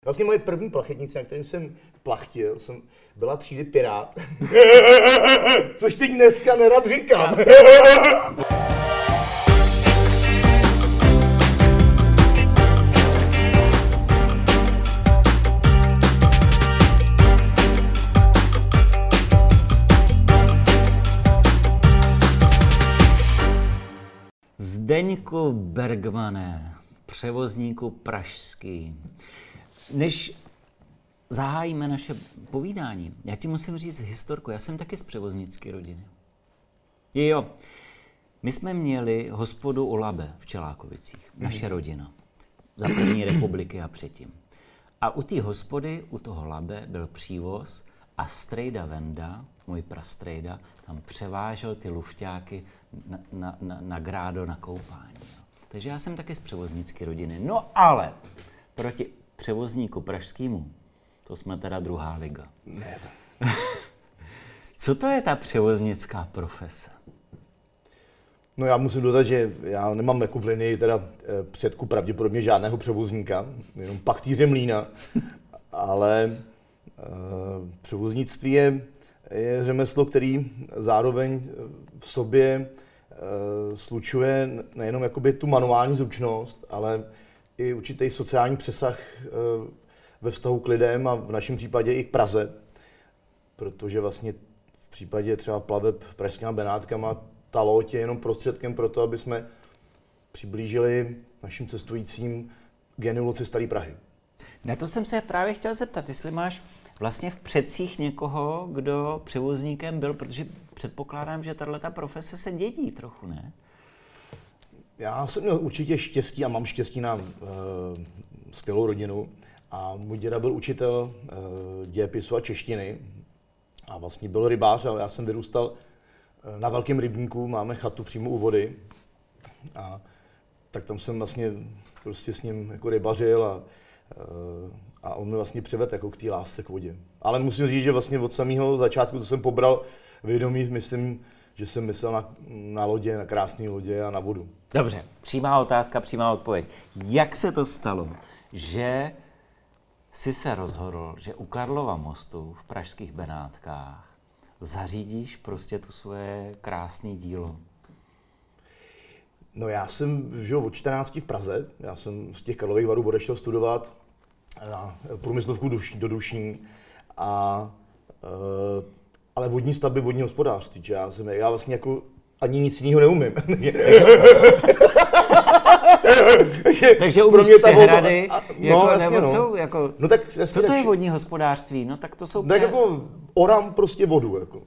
Vlastně moje první plachetnice, na kterým jsem plachtil, byla třídy Pirát. Což teď dneska nerad říkám. Zdeňku Bergmane, převozníku pražský. Než zahájíme naše povídání, já ti musím říct historku, já jsem taky z převoznické rodiny. Jo, my jsme měli hospodu u Labe v Čelákovicích, naše rodina, za první republiky a předtím. A u té hospody, u toho Labe, byl přívoz a strejda Venda, můj prastrejda, tam převážel ty lufťáky na Grádo na koupání. Takže já jsem taky z převoznické rodiny. No ale proti převozníku pražskému, to jsme teda druhá liga. Ne. Co to je ta převoznická profese? No já musím dodat, že já nemám jako v linii teda předku pravděpodobně žádného převozníka, jenom pachtýře mlýna, ale převoznictví je řemeslo, který zároveň v sobě slučuje nejenom jakoby tu manuální zručnost, ale i určitý sociální přesah ve vztahu k lidem a v našem případě i k Praze, protože vlastně v případě třeba plaveb pražskýma Benátkama ta loď je jenom prostředkem pro to, aby jsme přiblížili našim cestujícím genealoci Staré Prahy. Na to jsem se právě chtěl zeptat, jestli máš vlastně v předcích někoho, kdo převozníkem byl, protože předpokládám, že tato profese se dědí trochu, ne? Já jsem měl určitě štěstí a mám štěstí na skvělou rodinu. A můj děda byl učitel dějepisu a češtiny a vlastně byl rybář a já jsem vyrůstal na velkém rybníku, máme chatu přímo u vody a tak tam jsem vlastně prostě s ním jako rybařil a on mě vlastně přivedl jako k té lásce k vodě. Ale musím říct, že vlastně od samého začátku, to jsem pobral vědomí, myslím, že jsem myslel na lodě, na krásné lodě a na vodu. Dobře, přímá otázka, přímá odpověď. Jak se to stalo, že jsi se rozhodl, že u Karlova mostu v pražských Benátkách zařídíš prostě tu svoje krásné dílo? No já jsem žil od 14 v Praze, já jsem z těch Karlových Varů odešel studovat na průmyslovku do Dušní, ale vodní stavby, vodní hospodářství, já vlastně jako ani nic jiného neumím. Takže umíš přehrady, co to je vodní hospodářství? No tak to jsou tak jako orám prostě vodu, jako.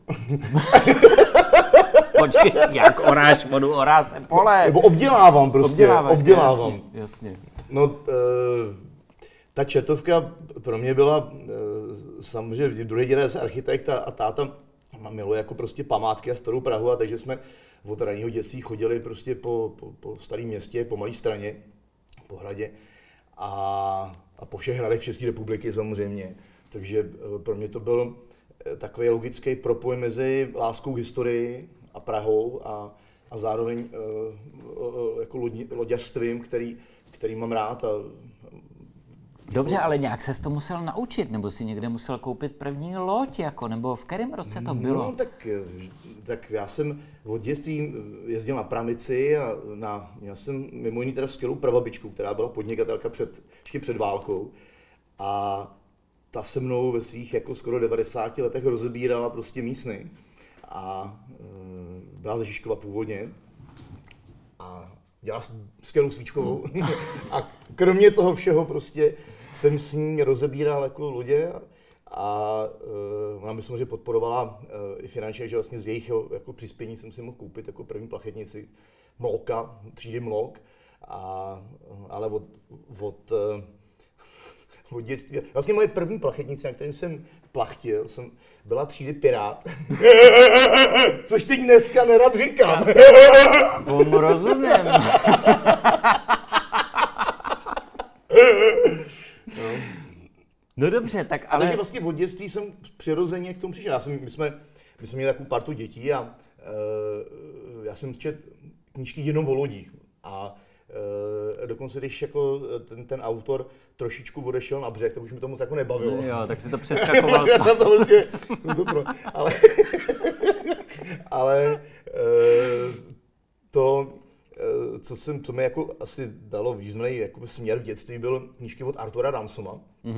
Počkej, jak oráš vodu, orá se pole. Nebo obdělávám prostě, obdělávám. Jasně. No, ta Čertovka pro mě byla, samozřejmě druhý děda je architekt a táta miluje jako prostě památky a starou Prahu, a takže jsme od raného dětství chodili prostě po starém městě, po Malé Straně, po hradě a po všech hradech v České republiky samozřejmě. Takže pro mě to byl takový logický propoj mezi láskou k historii a Prahou a zároveň jako loďařstvím, který mám rád. Dobře, ale nějak ses to musel naučit, nebo si někde musel koupit první loď, jako, nebo v kterém roce to bylo? No, tak já jsem od dětství jezdil na pramici a měl jsem mimo jiný teda skvělou prababičku, která byla podnikatelka ještě před válkou. A ta se mnou ve svých jako skoro 90 letech rozebírala prostě mísny. A byla ze Žižkova původně. A dělala skvělou svíčkovou. A kromě toho všeho prostě jsem s ní rozebíral jako lodě a ona mi samozřejmě podporovala i finančně, že vlastně z jejich jako přispění jsem si mohl koupit jako první plachetnici Mloka, třídy Mlok, ale od dětství. Vlastně moje první plachetnice, na kterým jsem plachtil, byla třídy Pirát. Což teď dneska nerad říkám. Tomu rozumím. No dobře, tak ale... Takže vlastně od dětství jsem přirozeně k tomu přišel. My jsme měli takovou partu dětí a já jsem četl knížky jenom o lodích. A dokonce když jako ten autor trošičku odešel na břeh, tak už mi to moc jako nebavilo. Jo, tak si to přeskakoval. Ale to, co mi jako asi dalo významný jako směr v dětství, byl knížky od Artura Ransoma,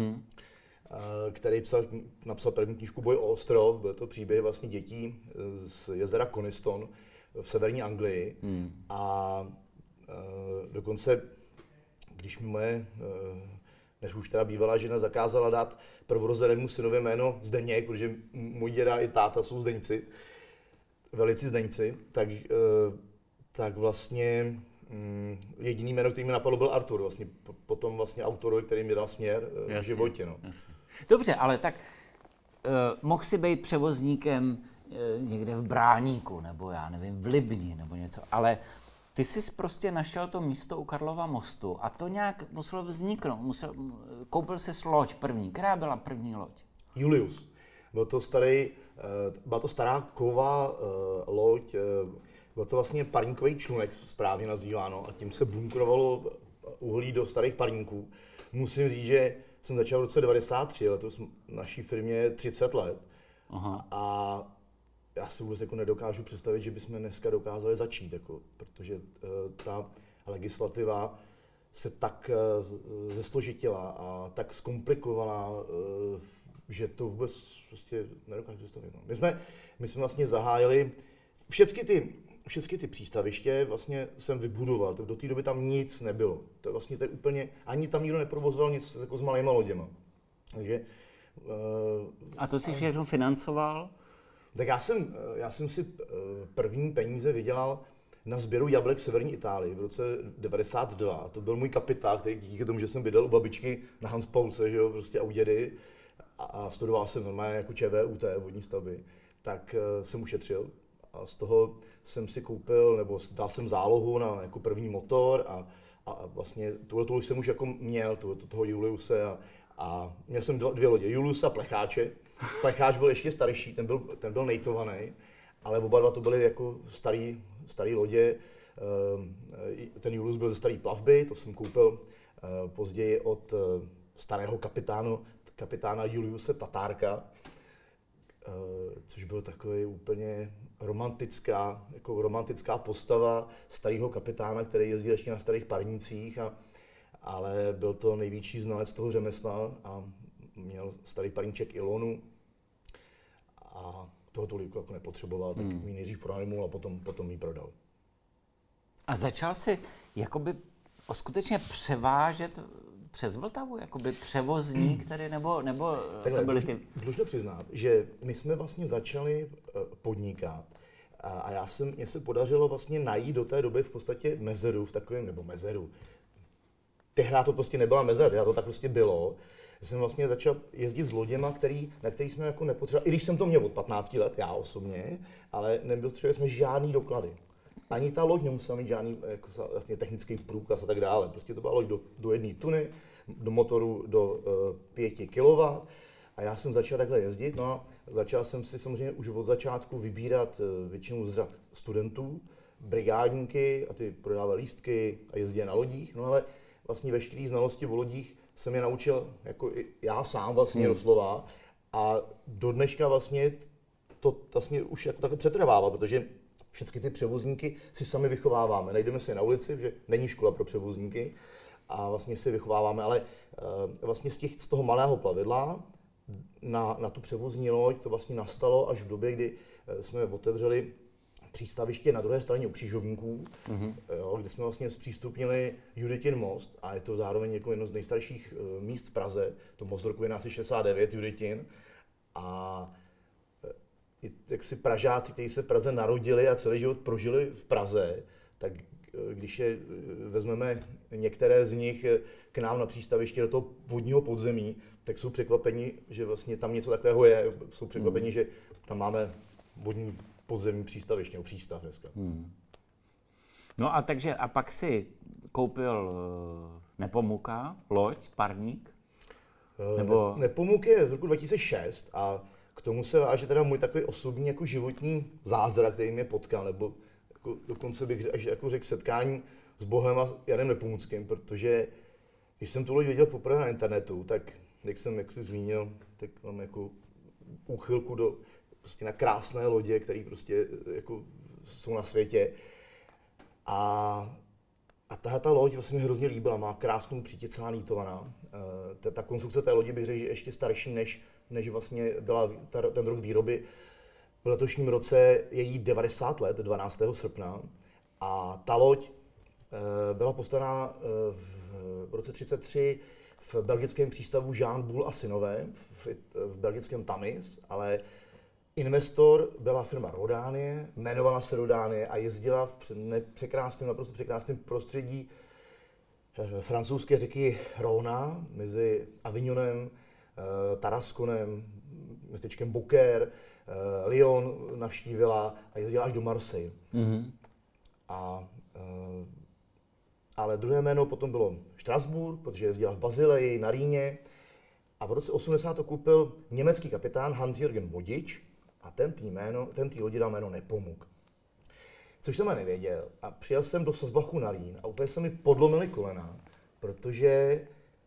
který napsal první knížku Boj o ostrov. Byl to příběh vlastně dětí z jezera Coniston v severní Anglii. A dokonce, když mi moje, než už teda bývalá žena, zakázala dát prvorozenému synovi jméno Zdeněk, protože můj děda i táta jsou Zdeňci, velici Zdeňci, tak vlastně jediný jméno, který mi napadlo, byl Artur, vlastně potom vlastně autorovi, který mi dal směr v životě. No. Dobře, ale tak mohl si být převozníkem někde v Bráníku, nebo já nevím, v Libni, nebo něco, ale ty jsi prostě našel to místo u Karlova mostu a to nějak muselo vzniknout, koupil jsi loď první. Která byla první loď? Julius. Byla to stará kovová loď, byl to vlastně parníkový člunek, správně nazýváno, a tím se bunkrovalo uhlí do starých parníků. Musím říct, že jsem začal v roce 1993, letos naší firmě 30 let. Aha. A já si vůbec jako nedokážu představit, že bychom dneska dokázali začít, jako, protože ta legislativa se tak zesložitila a tak zkomplikovala, že to vůbec prostě nedokážu představit. No. My jsme vlastně zahájili všechny ty přístaviště vlastně jsem vybudoval, do té doby tam nic nebylo. To je vlastně úplně, ani tam nikdo neprovozoval nic jako s malýma loděma. Takže, a to si všechno financoval? Tak já jsem si první peníze vydělal na sběru jablek v severní Itálii v roce 1992. A to byl můj kapitán, který díky tomu, že jsem bydlel u babičky na Hans Paulce, že jo, prostě a u dědy, a studoval jsem normálně jako ČVUT, vodní stavby, tak jsem ušetřil. A z toho jsem si koupil, nebo dal jsem zálohu na jako první motor a vlastně tohle už jsem už jako měl, toho Juliuse a měl jsem dvě lodě, Juliusa a Plecháče. Plecháč byl ještě starší, ten byl nejtovaný, ale oba dva to byly jako starý lodě. Ten Julius byl ze staré plavby, to jsem koupil později od starého kapitána Juliuse Tatárka, což byl takový úplně romantická postava starého kapitána, který jezdil ještě na starých parnících, ale byl to největší znalec toho řemesla a měl starý parníček Ilonu a toho tolik jako nepotřeboval, tak mi nejdřív pronajmul a potom ji prodal. A začal si jakoby skutečně převážet přes Vltavu, jakoby převozník tady, nebo takhle, to byly ty... Dlužno přiznat, že my jsme vlastně začali podnikat a mně se podařilo vlastně najít do té doby v podstatě mezeru v takovém, nebo mezeru. Tehdy to prostě nebyla mezera, tehdy to tak prostě bylo. Já jsem vlastně začal jezdit s loděma, na který jsme jako nepotřebovali, i když jsem to měl od 15 let, já osobně, ale nepotřebovali jsme žádný doklady. Ani ta loď nemusela mít žádný jako vlastně technický průkaz a tak dále. Prostě to byla loď do 1 tuny, do motoru do 5 kW a já jsem začal takhle jezdit. No a začal jsem si samozřejmě už od začátku vybírat většinou z řad studentů, brigádníky a ty prodávali lístky a jezdili na lodích. No ale vlastně veškeré znalosti o lodích jsem je naučil jako já sám vlastně doslova a do dneška vlastně to vlastně už jako takhle přetrvává, protože všechny ty převozníky si sami vychováváme. Najdeme se je na ulici, že není škola pro převozníky a vlastně si vychováváme, ale vlastně z toho malého plavidla na tu převozní loď to vlastně nastalo až v době, kdy jsme otevřeli přístaviště na druhé straně u Křižovníků, jo, kde jsme vlastně zpřístupnili Juditin most a je to zároveň jako jedno z nejstarších míst v Praze, to most roku 1969, Juditin. A jak si Pražáci, kteří se v Praze narodili a celý život prožili v Praze, tak když je vezmeme některé z nich k nám na přístaviště do toho vodního podzemí, tak jsou překvapeni, že vlastně tam něco takového je. Jsou překvapeni, že tam máme vodní podzemní přístaviště, nebo přístav dneska. No a takže, a pak si koupil Nepomuka, loď, parník? Nebo... Nepomuk je z roku 2006 a k tomu se váže teda můj takový osobní jako životní zázrak, který mě potkal, nebo jako, dokonce bych řekl setkání s Bohem a Janem Nepomuckým, protože když jsem tu loď viděl poprvé na internetu, tak jak jsem jak si zmínil, tak mám jako úchylku prostě na krásné lodě, které prostě jako jsou na světě. A ta loď vlastně mi hrozně líbila, má krásnou přítěť, celá lítovaná. Ta konstrukce té lodi bych řekl, že je ještě starší, než vlastně byla ten rok výroby. V letošním roce je jí 90 let, 12. srpna. A ta loď byla postavená v roce 1933 v belgickém přístavu Jean Boul a synové v belgickém Tamis, ale investor byla firma Rodánie, jmenovala se Rodánie a jezdila v naprosto překrásném prostředí francouzské řeky Rhôna mezi Avignonem, Tarasconem, městečkem Beaucaire, Lyon navštívila a jezdila až do Marseille. Mm-hmm. Ale druhé jméno potom bylo Štrasburg, protože jezdila v Bazileji, na Rýně. A v roce 80 to koupil německý kapitán Hans-Jürgen Vodič a ten tý lodi dal jméno Nepomuk. Což jsem nevěděl. A přijel jsem do Sasbachu na Rýn a úplně se mi podlomily kolena, protože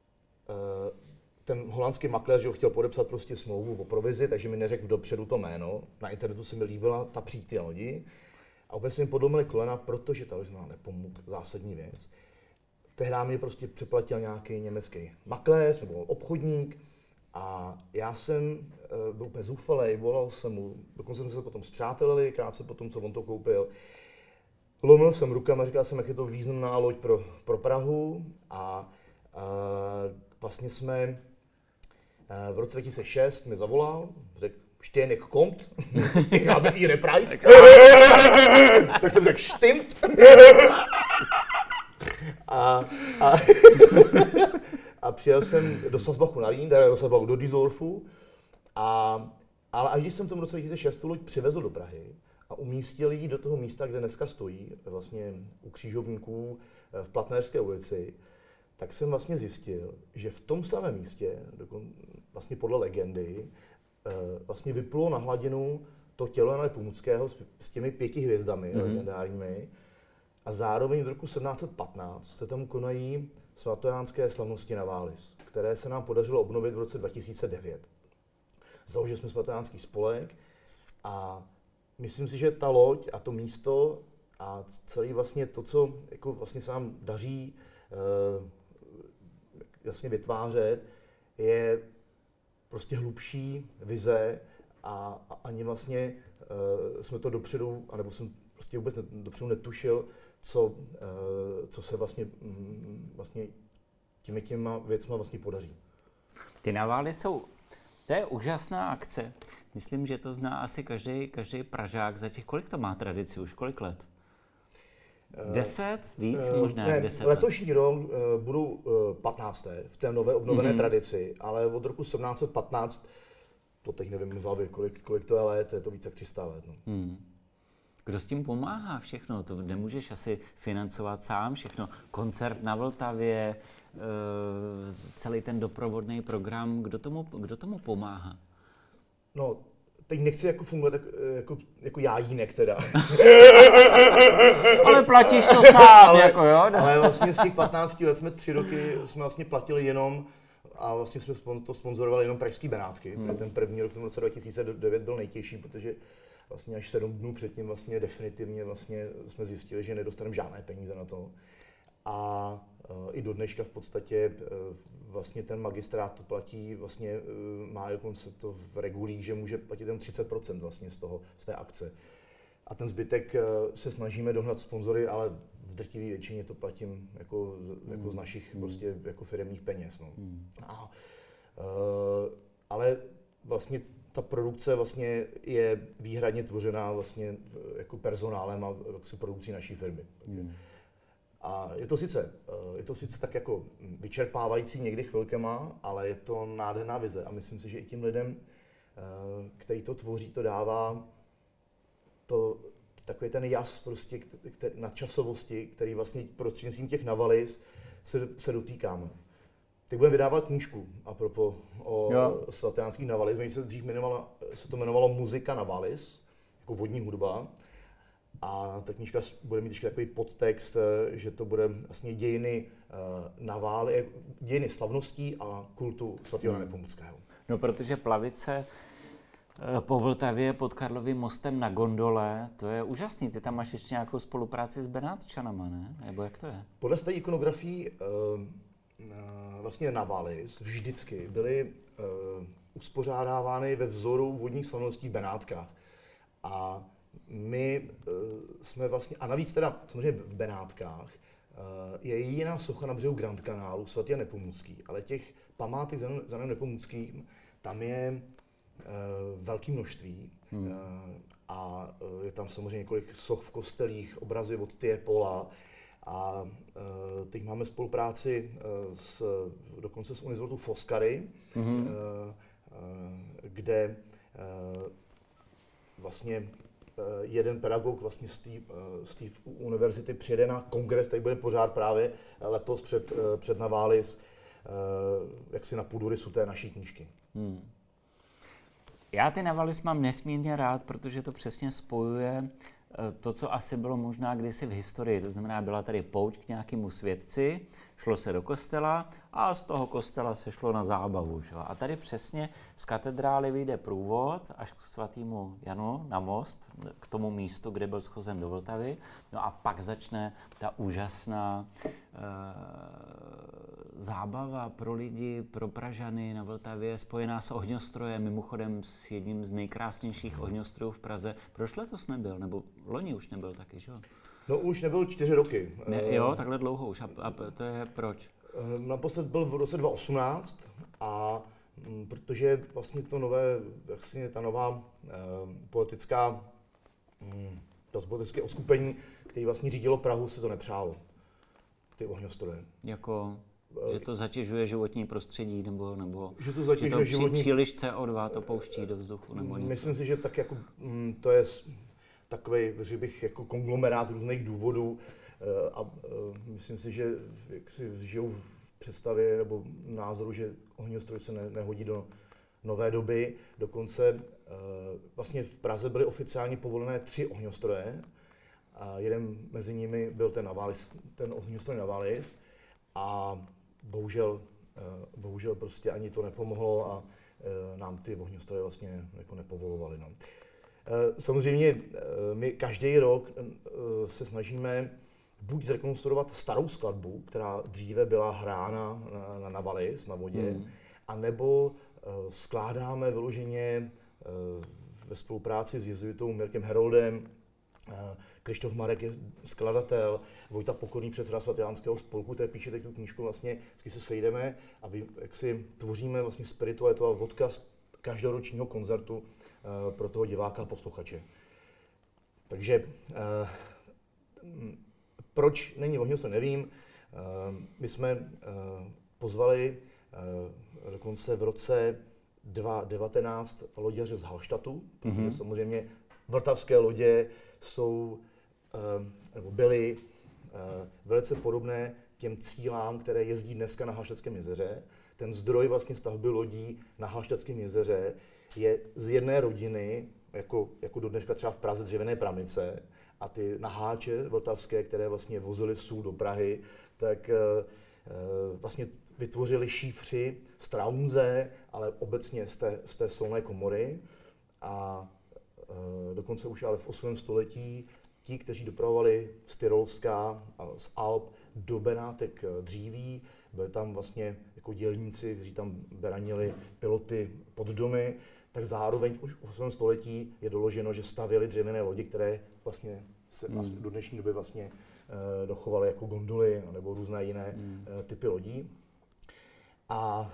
ten holandský makléř chtěl podepsat prostě smlouvu o provizi, takže mi neřekl dopředu to jméno. Na internetu se mi líbila ta příď lodi. A úplně se mi podlomily kolena, protože ta loď znamená Nepomuk, zásadní věc. Tehdy mě prostě přeplatil nějaký německý makléř nebo obchodník a já jsem byl úplně zoufalej, volal jsem mu, dokonce jsme se potom spřátelili, krátce potom, co on to koupil. Lomil jsem rukama, říkal jsem, jak je to významná loď pro Prahu a vlastně jsme v roce 2006 mi zavolal, řekl, Stejnig kommt, ich habe ihre Preis. Tak jsem řekl, stimmt. A přijel jsem do Sasbachu na Rýn, do Sasbachu do Düsseldorfu, ale až když jsem v tom roce 2006 tu loď přivezl do Prahy a umístil ji do toho místa, kde dneska stojí, vlastně u křižovníků v Platnerské ulici, tak jsem vlastně zjistil, že v tom samém místě, vlastně podle legendy, vlastně vyplulo na hladinu to tělo Jana Nepomuckého s těmi 5 hvězdami legendárními a zároveň do roku 1715 se tam konají svatojánské slavnosti na Wallis, které se nám podařilo obnovit v roce 2009. Založili jsme svatojánský spolek a myslím si, že ta loď a to místo a celý vlastně to, co jako vlastně se nám daří vlastně vytvářet, je prostě hlubší vize a ani vlastně jsme to dopředu, anebo jsem prostě vůbec dopředu netušil, co se vlastně těma věcma vlastně podaří. Ty navály to je úžasná akce. Myslím, že to zná asi každý Pražák. za těch, kolik to má tradici už, kolik let? 10? Víc? Možná ne, 10 letošní rok budou 15. v té nové obnovené tradici, ale od roku 1715, to teď nevím z hlavy, kolik to je let, je to více jak 300 let. No. Kdo s tím pomáhá všechno? To nemůžeš asi financovat sám všechno. Koncert na Vltavě, celý ten doprovodný program, kdo tomu pomáhá? No, teď nechci jako fungovat jako jájínek teda. Ale platíš to sám, jako jo? Ale vlastně z těch 15 let jsme 3 roky vlastně platili jenom a vlastně jsme to sponzorovali jenom pražský Benátky. Ten první rok v roce 2009 byl nejtěžší, protože vlastně až 7 dnů předtím vlastně definitivně vlastně jsme zjistili, že nedostaneme žádné peníze na to. A i do dneška v podstatě vlastně ten magistrát to platí, vlastně má dokonce to v regulích, že může platit jen 30% vlastně z té akce. A ten zbytek se snažíme dohnat sponzory, ale v drtivé většině to platím jako z našich prostě jako firemních peněz. No. Ale vlastně ta produkce vlastně je výhradně tvořená vlastně jako personálem a produkcí naší firmy. A je to sice tak jako vyčerpávající někdy chvilkama, ale je to nádherná vize a myslím si, že i tím lidem, který to tvoří, to dává takový ten jas prostě nadčasovosti, který vlastně prostřednictvím těch navalis se dotýkáme. Teď budeme vydávat knížku apropo o svatojánských navalis. Se dřív se to jmenovalo Muzika na Wallis, jako vodní hudba. A ta knížka bude mít ještě takový podtext, že to bude vlastně dějiny navály, dějiny slavností a kultu svatého Jana Nepomuckého. No, protože plavice po Vltavě pod Karlovým mostem na gondole, to je úžasný. Ty tam máš ještě nějakou spolupráci s Benátčanama, ne? Nebo jak to je? Podle té ikonografii vlastně Navalis vždycky byly uspořádávány ve vzoru vodních slavností v Benátkách. A my jsme vlastně, a navíc teda samozřejmě v Benátkách, je jediná socha na břehu Grand kanálu svatý Jan Nepomucký, ale těch památek za Janem Nepomuckým tam je velké množství a je tam samozřejmě několik soch v kostelích, obrazy od Tieppola a teď máme spolupráci dokonce s univerzitou Foscari, kde vlastně jeden pedagog vlastně z té univerzity přijede na kongres, který bude pořád právě letos před Navalis, jaksi na půdorysu té naší knížky. Já ty Navalis mám nesmírně rád, protože to přesně spojuje to, co asi bylo možná kdysi v historii. To znamená, byla tady pouť k nějakému světci, šlo se do kostela a z toho kostela se šlo na zábavu. Že? A tady přesně z katedrály vyjde průvod až k svatému Janu na most, k tomu místu, kde byl schozen do Vltavy. No a pak začne ta úžasná zábava pro lidi, pro Pražany na Vltavě, spojená s ohňostrojem, mimochodem s jedním z nejkrásnějších ohňostrojů v Praze. Proč letos nebyl? Nebo loni už nebyl taky, že jo? No už nebyl 4 roky. Jo, takhle dlouho už. A to je proč? Naposled byl v roce 2018 a protože vlastně to nové, vlastně ta nová politické uskupení, které vlastně řídilo Prahu, se to nepřálo. Ty ohňostroje. Jako, že to zatěžuje životní prostředí, nebo že to zatěžuje životní... příliš CO2 to pouští do vzduchu, nebo něco? Myslím si, že tak jako to je takový, že bych jako konglomerát různých důvodů a myslím si, že jak si žijou v představě nebo názoru, že ohňostroj se nehodí do nové doby. Dokonce vlastně v Praze byly oficiálně povolené 3 ohňostroje. A jeden mezi nimi byl ten ohňostroj Navalis a bohužel prostě ani to nepomohlo a nám ty ohňostroje vlastně jako nepovolovali. No. Samozřejmě my každý rok se snažíme buď zrekonstruovat starou skladbu, která dříve byla hrána na Navalis, na vodě, anebo skládáme vyloženě ve spolupráci s jezuitou Mirkem Heroldem. Krištof Marek je skladatel, Vojta Pokorný, předseda Svatejánského spolku, který píše teď tu knížku, vlastně vždycky se sejdeme a jak si tvoříme vlastně spiritualitu a odkaz každoročního koncertu pro toho diváka a posluchače. Takže proč není ohňostroj, nevím. My jsme pozvali dokonce v roce 2019 loďaře z Hallstadtu, protože samozřejmě vltavské lodě jsou, nebo byly velice podobné těm cílám, které jezdí dneska na Hallstattském jezeře. Ten zdroj vlastně stavby lodí na Hallstattském jezeře je z jedné rodiny, jako do dneška třeba v Praze dřevěné pramice, a ty naháče vltavské, které vlastně vozily sůl do Prahy, tak vlastně vytvořili šífři z traunze, ale obecně z té solné komory. A dokonce už ale v 8. století ti, kteří dopravovali z Tyrolska a z Alp do Benátek dříví, byli tam vlastně jako dělníci, kteří tam beranili piloty pod domy, tak zároveň už v 8. století je doloženo, že stavěli dřevěné lodi, které vlastně se do dnešní doby vlastně dochovaly jako gondoly nebo různé jiné typy lodí. A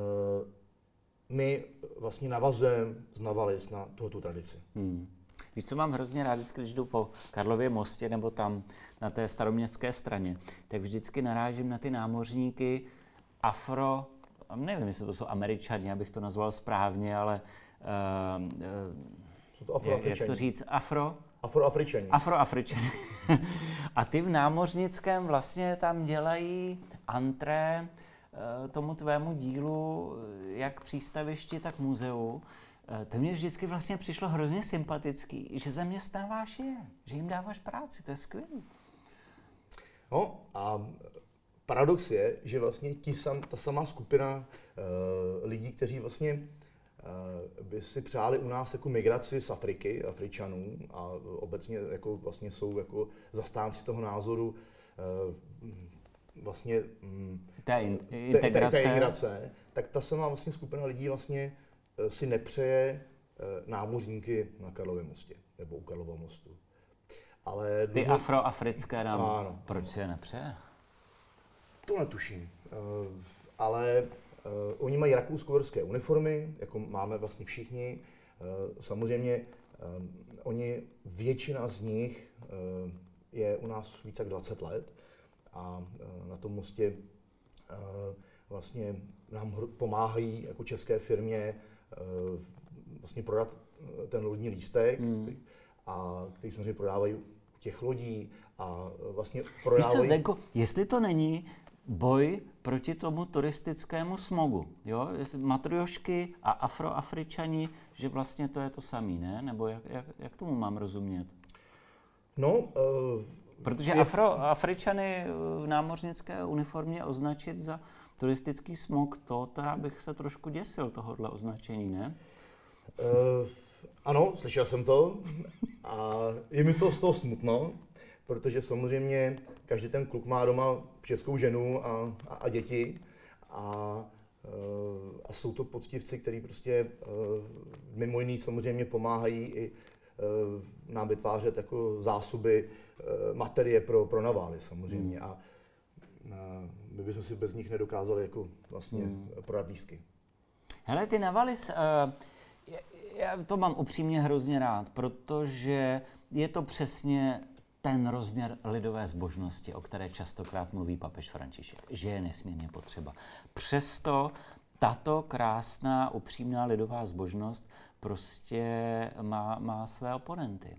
my vlastně navazujeme z Navalis na tuhletu tradici. Víš, co mám hrozně rád, když jdu po Karlově mostě nebo tam na té staroměstské straně, tak vždycky narážím na ty námořníky nevím, jestli to jsou Američani, abych to nazval správně, ale jsou to Afroafričani. Jak to říct? Afroafričani. A ty v námořnickém vlastně tam dělají antré tomu tvému dílu, jak přístavišti, tak muzeu. to mě vždycky vlastně přišlo hrozně sympatický, že zaměstnáváš je, že jim dáváš práci, to je skvělé. No a paradox je, že vlastně ta samá skupina lidí, kteří vlastně by si přáli u nás jako migraci z Afriky, Afričanů a obecně jako vlastně jsou jako zastánci toho názoru vlastně té integrace, tak ta samá vlastně skupina lidí vlastně si nepřeje námořníky na Karlově mostě nebo u Karlova mostu. Ale ty afroafrické nám, ano. Proč si je nepřeje? To netuším, ale oni mají rakousko-uherské uniformy, jako máme vlastně všichni. Samozřejmě většina z nich je u nás více jak 20 let a na tom mostě vlastně nám pomáhají jako české firmě vlastně prodat ten lodní lístek, který samozřejmě prodávají těch lodí a vlastně prodávají... Víš co, Zdenko, jestli to není boj proti tomu turistickému smogu, jo? Matriošky a afroafričani, že vlastně to je to samý, ne? Nebo jak tomu mám rozumět? No... Protože afroafričany v námořnické uniformě označit za turistický smog, to teda bych se trošku děsil tohohle označení, ne? Ano, slyšel jsem to a je mi to z toho smutno, protože samozřejmě každý ten kluk má doma českou ženu a děti a jsou to poctivci, kteří prostě mimo jiný samozřejmě pomáhají i nám vytvářet jako zásoby materie pro navály samozřejmě a my bychom si bez nich nedokázali jako vlastně prodat lístky. Hele, ty navalis, já to mám upřímně hrozně rád, protože je to přesně ten rozměr lidové zbožnosti, o které častokrát mluví papež František, že je nesmírně potřeba. Přesto tato krásná, upřímná lidová zbožnost prostě má své oponenty.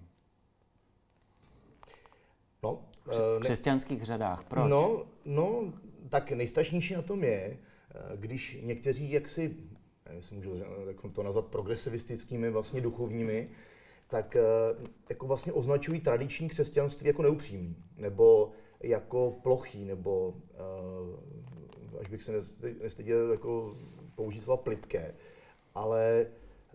No, v křesťanských řadách. Proč? No, tak nejstrašnější na tom je, když někteří jaksi, jestli můžu to nazvat progresivistickými vlastně duchovními, tak jako vlastně označují tradiční křesťanství jako neupřímný, nebo jako plochý, nebo až bych se nestyděl jako použít slova plytké, ale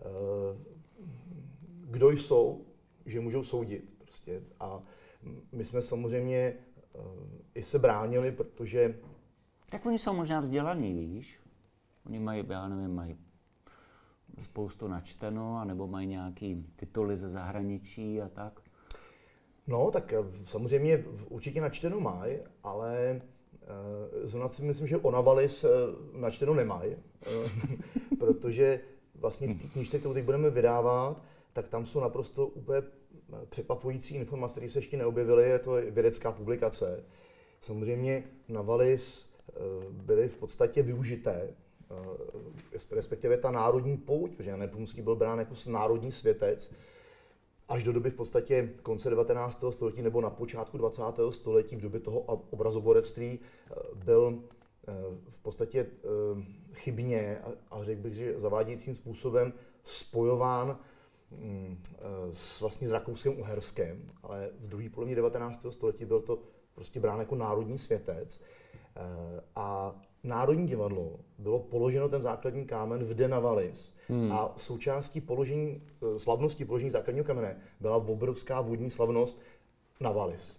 kdo jsou, že můžou soudit prostě. A my jsme samozřejmě i se bránili, protože... Tak oni jsou možná vzdělaní, víš? Oni mají, já nevím, mají spoustu načteno, anebo mají nějaký tituly ze zahraničí a tak? No, tak samozřejmě určitě načteno mají, ale zrovna si myslím, že o Navalis načteno nemají, protože vlastně v té knížce, kterou teď budeme vydávat, tak tam jsou naprosto úplně překvapující informace, které se ještě neobjevily, je to vědecká publikace. Samozřejmě Navalis byly v podstatě využité, respektive ta národní pouť, protože Jan Nepomucký byl brán jako národní světec, až do doby v podstatě konce 19. století nebo na počátku 20. století, v době toho obrazoborectví, byl v podstatě chybně a řekl bych, že zavádějícím způsobem spojován vlastně s Rakouskem-Uherskem, ale v druhé polovině 19. století byl to prostě brán jako národní světec. A Národní divadlo bylo položeno ten základní kámen v De Navalis a součástí slavnosti položení základního kamene byla obrovská vodní slavnost Navalis.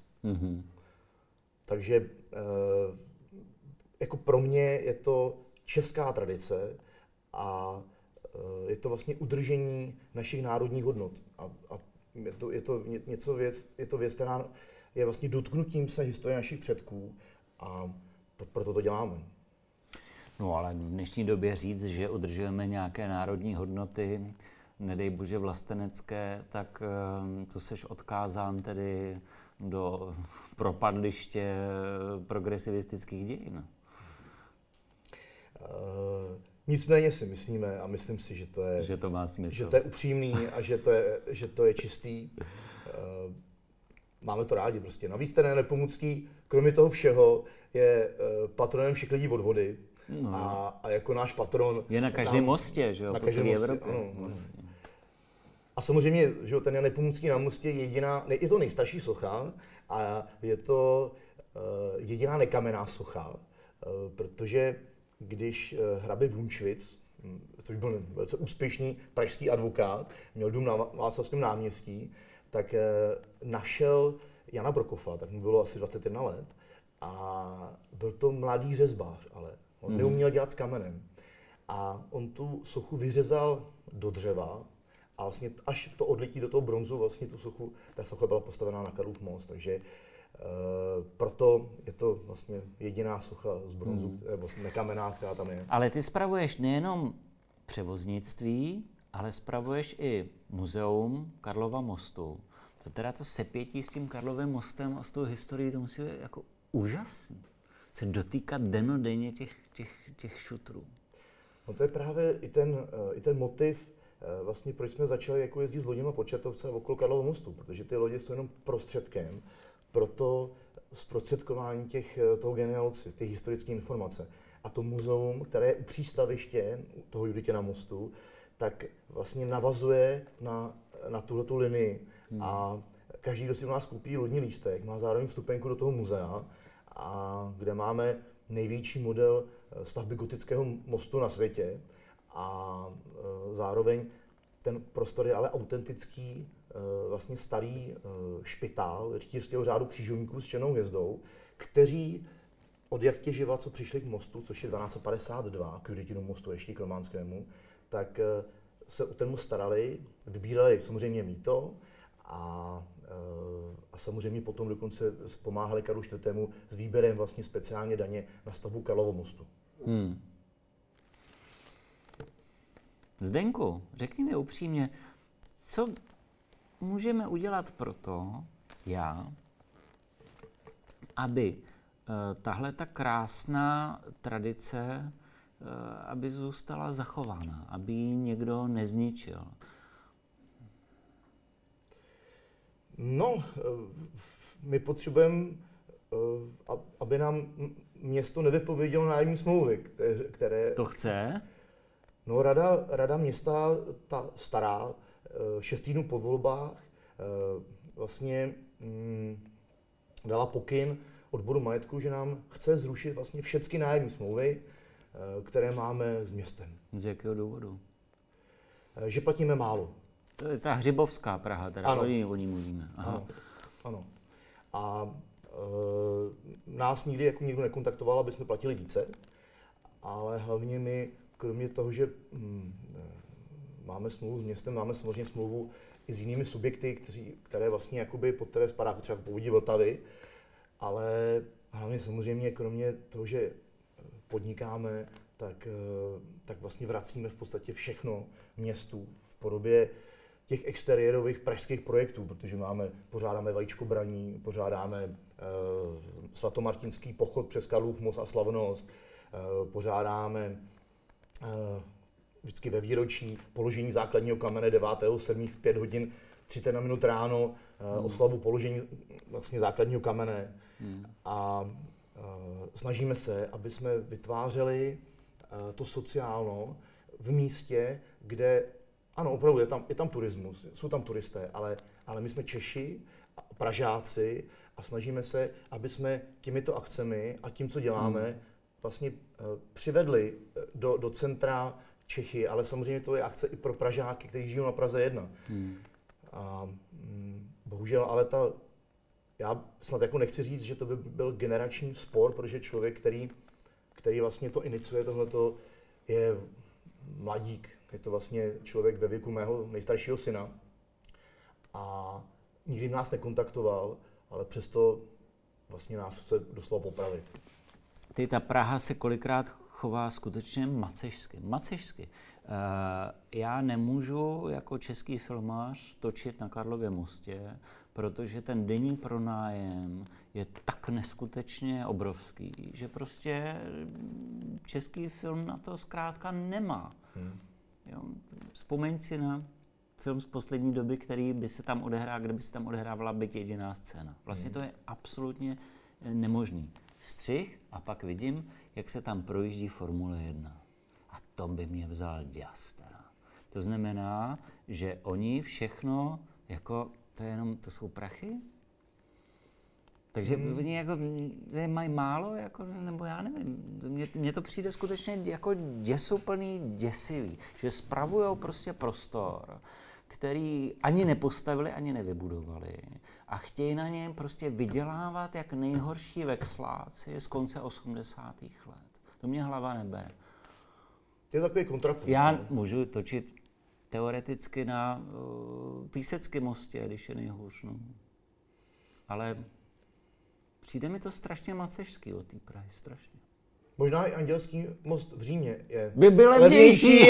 Takže jako pro mě je to česká tradice a je to vlastně udržení našich národních hodnot. A je to věc, která je vlastně dotknutím se historie našich předků a proto to děláme. No ale v dnešní době říct, že udržujeme nějaké národní hodnoty, nedej bože vlastenecké, tak tu seš odkázán tedy do propadliště progresivistických dějin. Nicméně si myslíme a myslím si, že to má smysl. Že to je upřímný a že to je čistý. Máme to rádi prostě. Navíc ten Nepomucký, kromě toho všeho, je patronem všech lidí od vody. a jako náš patron. Je na každém mostě, že jo, po celé Evropě. Vlastně. A samozřejmě, že ten Jan Nepomucký na mostě je to nejstarší socha a je to jediná nekamenná socha, protože když hrabě Vunčvic, což byl velice úspěšný pražský advokát, měl dům na Václavském náměstí, tak našel Jana Brokofa, tak mu bylo asi 21 let, a byl to mladý řezbář, ale on neuměl dělat s kamenem. A on tu sochu vyřezal do dřeva a vlastně až to odletí do toho bronzu, vlastně ta socha byla postavená na Karlův most, takže proto je to vlastně jediná socha z bronzu, nebo nekamenná, která tam je. Ale ty spravuješ nejenom převoznictví, ale spravuješ i muzeum Karlova mostu. To teda to sepětí s tím Karlovým mostem a s tou historií, to musí být jako úžasný. Se dotýkat dennodenně těch šutrů. No to je právě i ten motiv, vlastně proč jsme začali jako jezdit s loděma po Čertovce a okolo Karlova mostu, protože ty lodě jsou jenom prostředkem pro to zprostředkování toho genealogy, těch historických informací. A to muzeum, které je u přístaviště toho Juditěna mostu, tak vlastně navazuje na tuhletu linii. A každý, kdo si u nás koupí lodní lístek, má zároveň vstupenku do toho muzea, a kde máme největší model stavby gotického mostu na světě. A zároveň ten prostor je ale autentický, vlastně starý špitál rytířského řádu křižovníků s černou hvězdou, kteří od jak těživa, co přišli k mostu, což je 1252, k Juditěnu mostu, ještě k románskému, tak se o ten most starali, vybírali samozřejmě mýto a samozřejmě potom dokonce pomáhali Karlu IV. S výběrem vlastně speciálně daně na stavbu Karlova mostu. Zdenku, řekni mi upřímně, co můžeme udělat pro to, aby tahle ta krásná tradice, aby zůstala zachována, aby ji někdo nezničil? No, my potřebujeme, aby nám město nevypovědělo nájemní smlouvy, které... To chce? No, rada města, ta stará, 6 týdnů po volbách, vlastně dala pokyn odboru majetku, že nám chce zrušit vlastně všechny nájemní smlouvy, které máme s městem. Z jakého důvodu? Že platíme málo. To je ta Hřibovská Praha, teda o ní mluvíme. Aha. Ano. A nás nikdy jako nikdo nekontaktoval, aby jsme platili více, ale hlavně my, kromě toho, že máme smlouvu s městem, máme samozřejmě smlouvu i s jinými subjekty, které vlastně jakoby, pod které spadá třeba Povodí Vltavy, ale hlavně samozřejmě kromě toho, že podnikáme, tak vlastně vracíme v podstatě všechno městu v podobě těch exteriérových pražských projektů, protože pořádáme vajíčkobraní, pořádáme svatomartinský pochod přes Karlův most a slavnost, pořádáme vždycky ve výročí položení základního kamene 9.7. v 5 hodin 30 minut ráno, oslavu položení vlastně základního kamene. A snažíme se, aby jsme vytvářeli to sociálno v místě, kde, ano, opravdu je tam turismus, jsou tam turisté, ale my jsme Češi, Pražáci a snažíme se, aby jsme těmito akcemi a tím, co děláme, vlastně přivedli do centra Čechy, ale samozřejmě to je akce i pro Pražáky, kteří žijou na Praze 1. A bohužel, ale já snad jako nechci říct, že to by byl generační spor, protože člověk, který vlastně to iniciuje, tohleto, je mladík. Je to vlastně člověk ve věku mého nejstaršího syna. A nikdy nás nekontaktoval, ale přesto vlastně nás chce doslova popravit. Ta Praha se kolikrát chová skutečně macešsky. Já nemůžu jako český filmář točit na Karlově mostě, protože ten denní pronájem je tak neskutečně obrovský, že prostě český film na to zkrátka nemá. Jo, vzpomeň si na film z poslední doby, který by se tam odehrál, kde by se tam odehrávala byť jediná scéna. Vlastně to je absolutně nemožný. střih a pak vidím, jak se tam projíždí Formule 1. A to by mě vzal děs teda. To znamená, že oni všechno, jako, to jsou prachy? Takže oni jako mají málo, jako, nebo já nevím, mně to přijde skutečně jako děsuplný, děsivý, že spravujou prostě prostor, který ani nepostavili, ani nevybudovali a chtějí na něm prostě vydělávat jak nejhorší vexláci z konce 80. let. To mě hlava nebere. Je takový kontrakt. Já můžu točit teoreticky na Píseckém mostě, když je nejhůř, no. Ale přijde mi to strašně macešský od té Prahy, strašně. Možná i Andělský most v Římě je by byl levnější.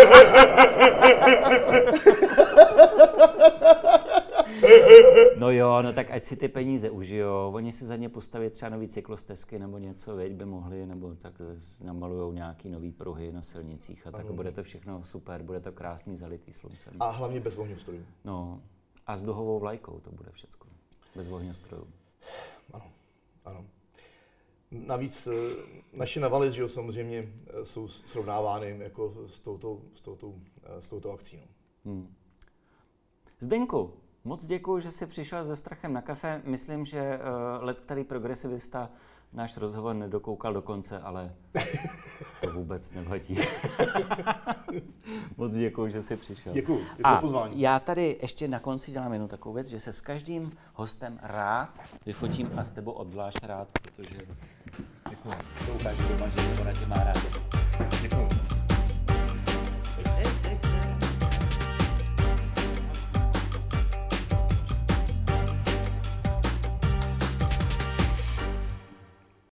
No jo, no tak ať si ty peníze užijou, oni si za ně postaví třeba nový cyklostezky nebo něco, veď by mohli, nebo tak namalujou nějaký nový pruhy na silnicích a tak bude to všechno super, bude to krásný zalitý sluncem. A hlavně bez ohňostrojů. No a s duhovou vlajkou to bude všecko, bez ohňostrojů. Ano. Navíc naše navaly, že jo, samozřejmě jsou srovnávány jako s touto akcí. No. Zdenku, moc děkuji, že jsi přišel se Strachem na kafe. Myslím, že leckterý progresivista náš rozhovor nedokoukal do konce, ale to vůbec nevadí. Moc děkuji, že jsi přišel. Děkuji za pozvání. Já tady ještě na konci dělám jednu takovou věc, že se s každým hostem rád vyfotím a s tebou obzvlášť rád, protože děkuji. To ukážu doma, že ona tě má rád. Děkuji.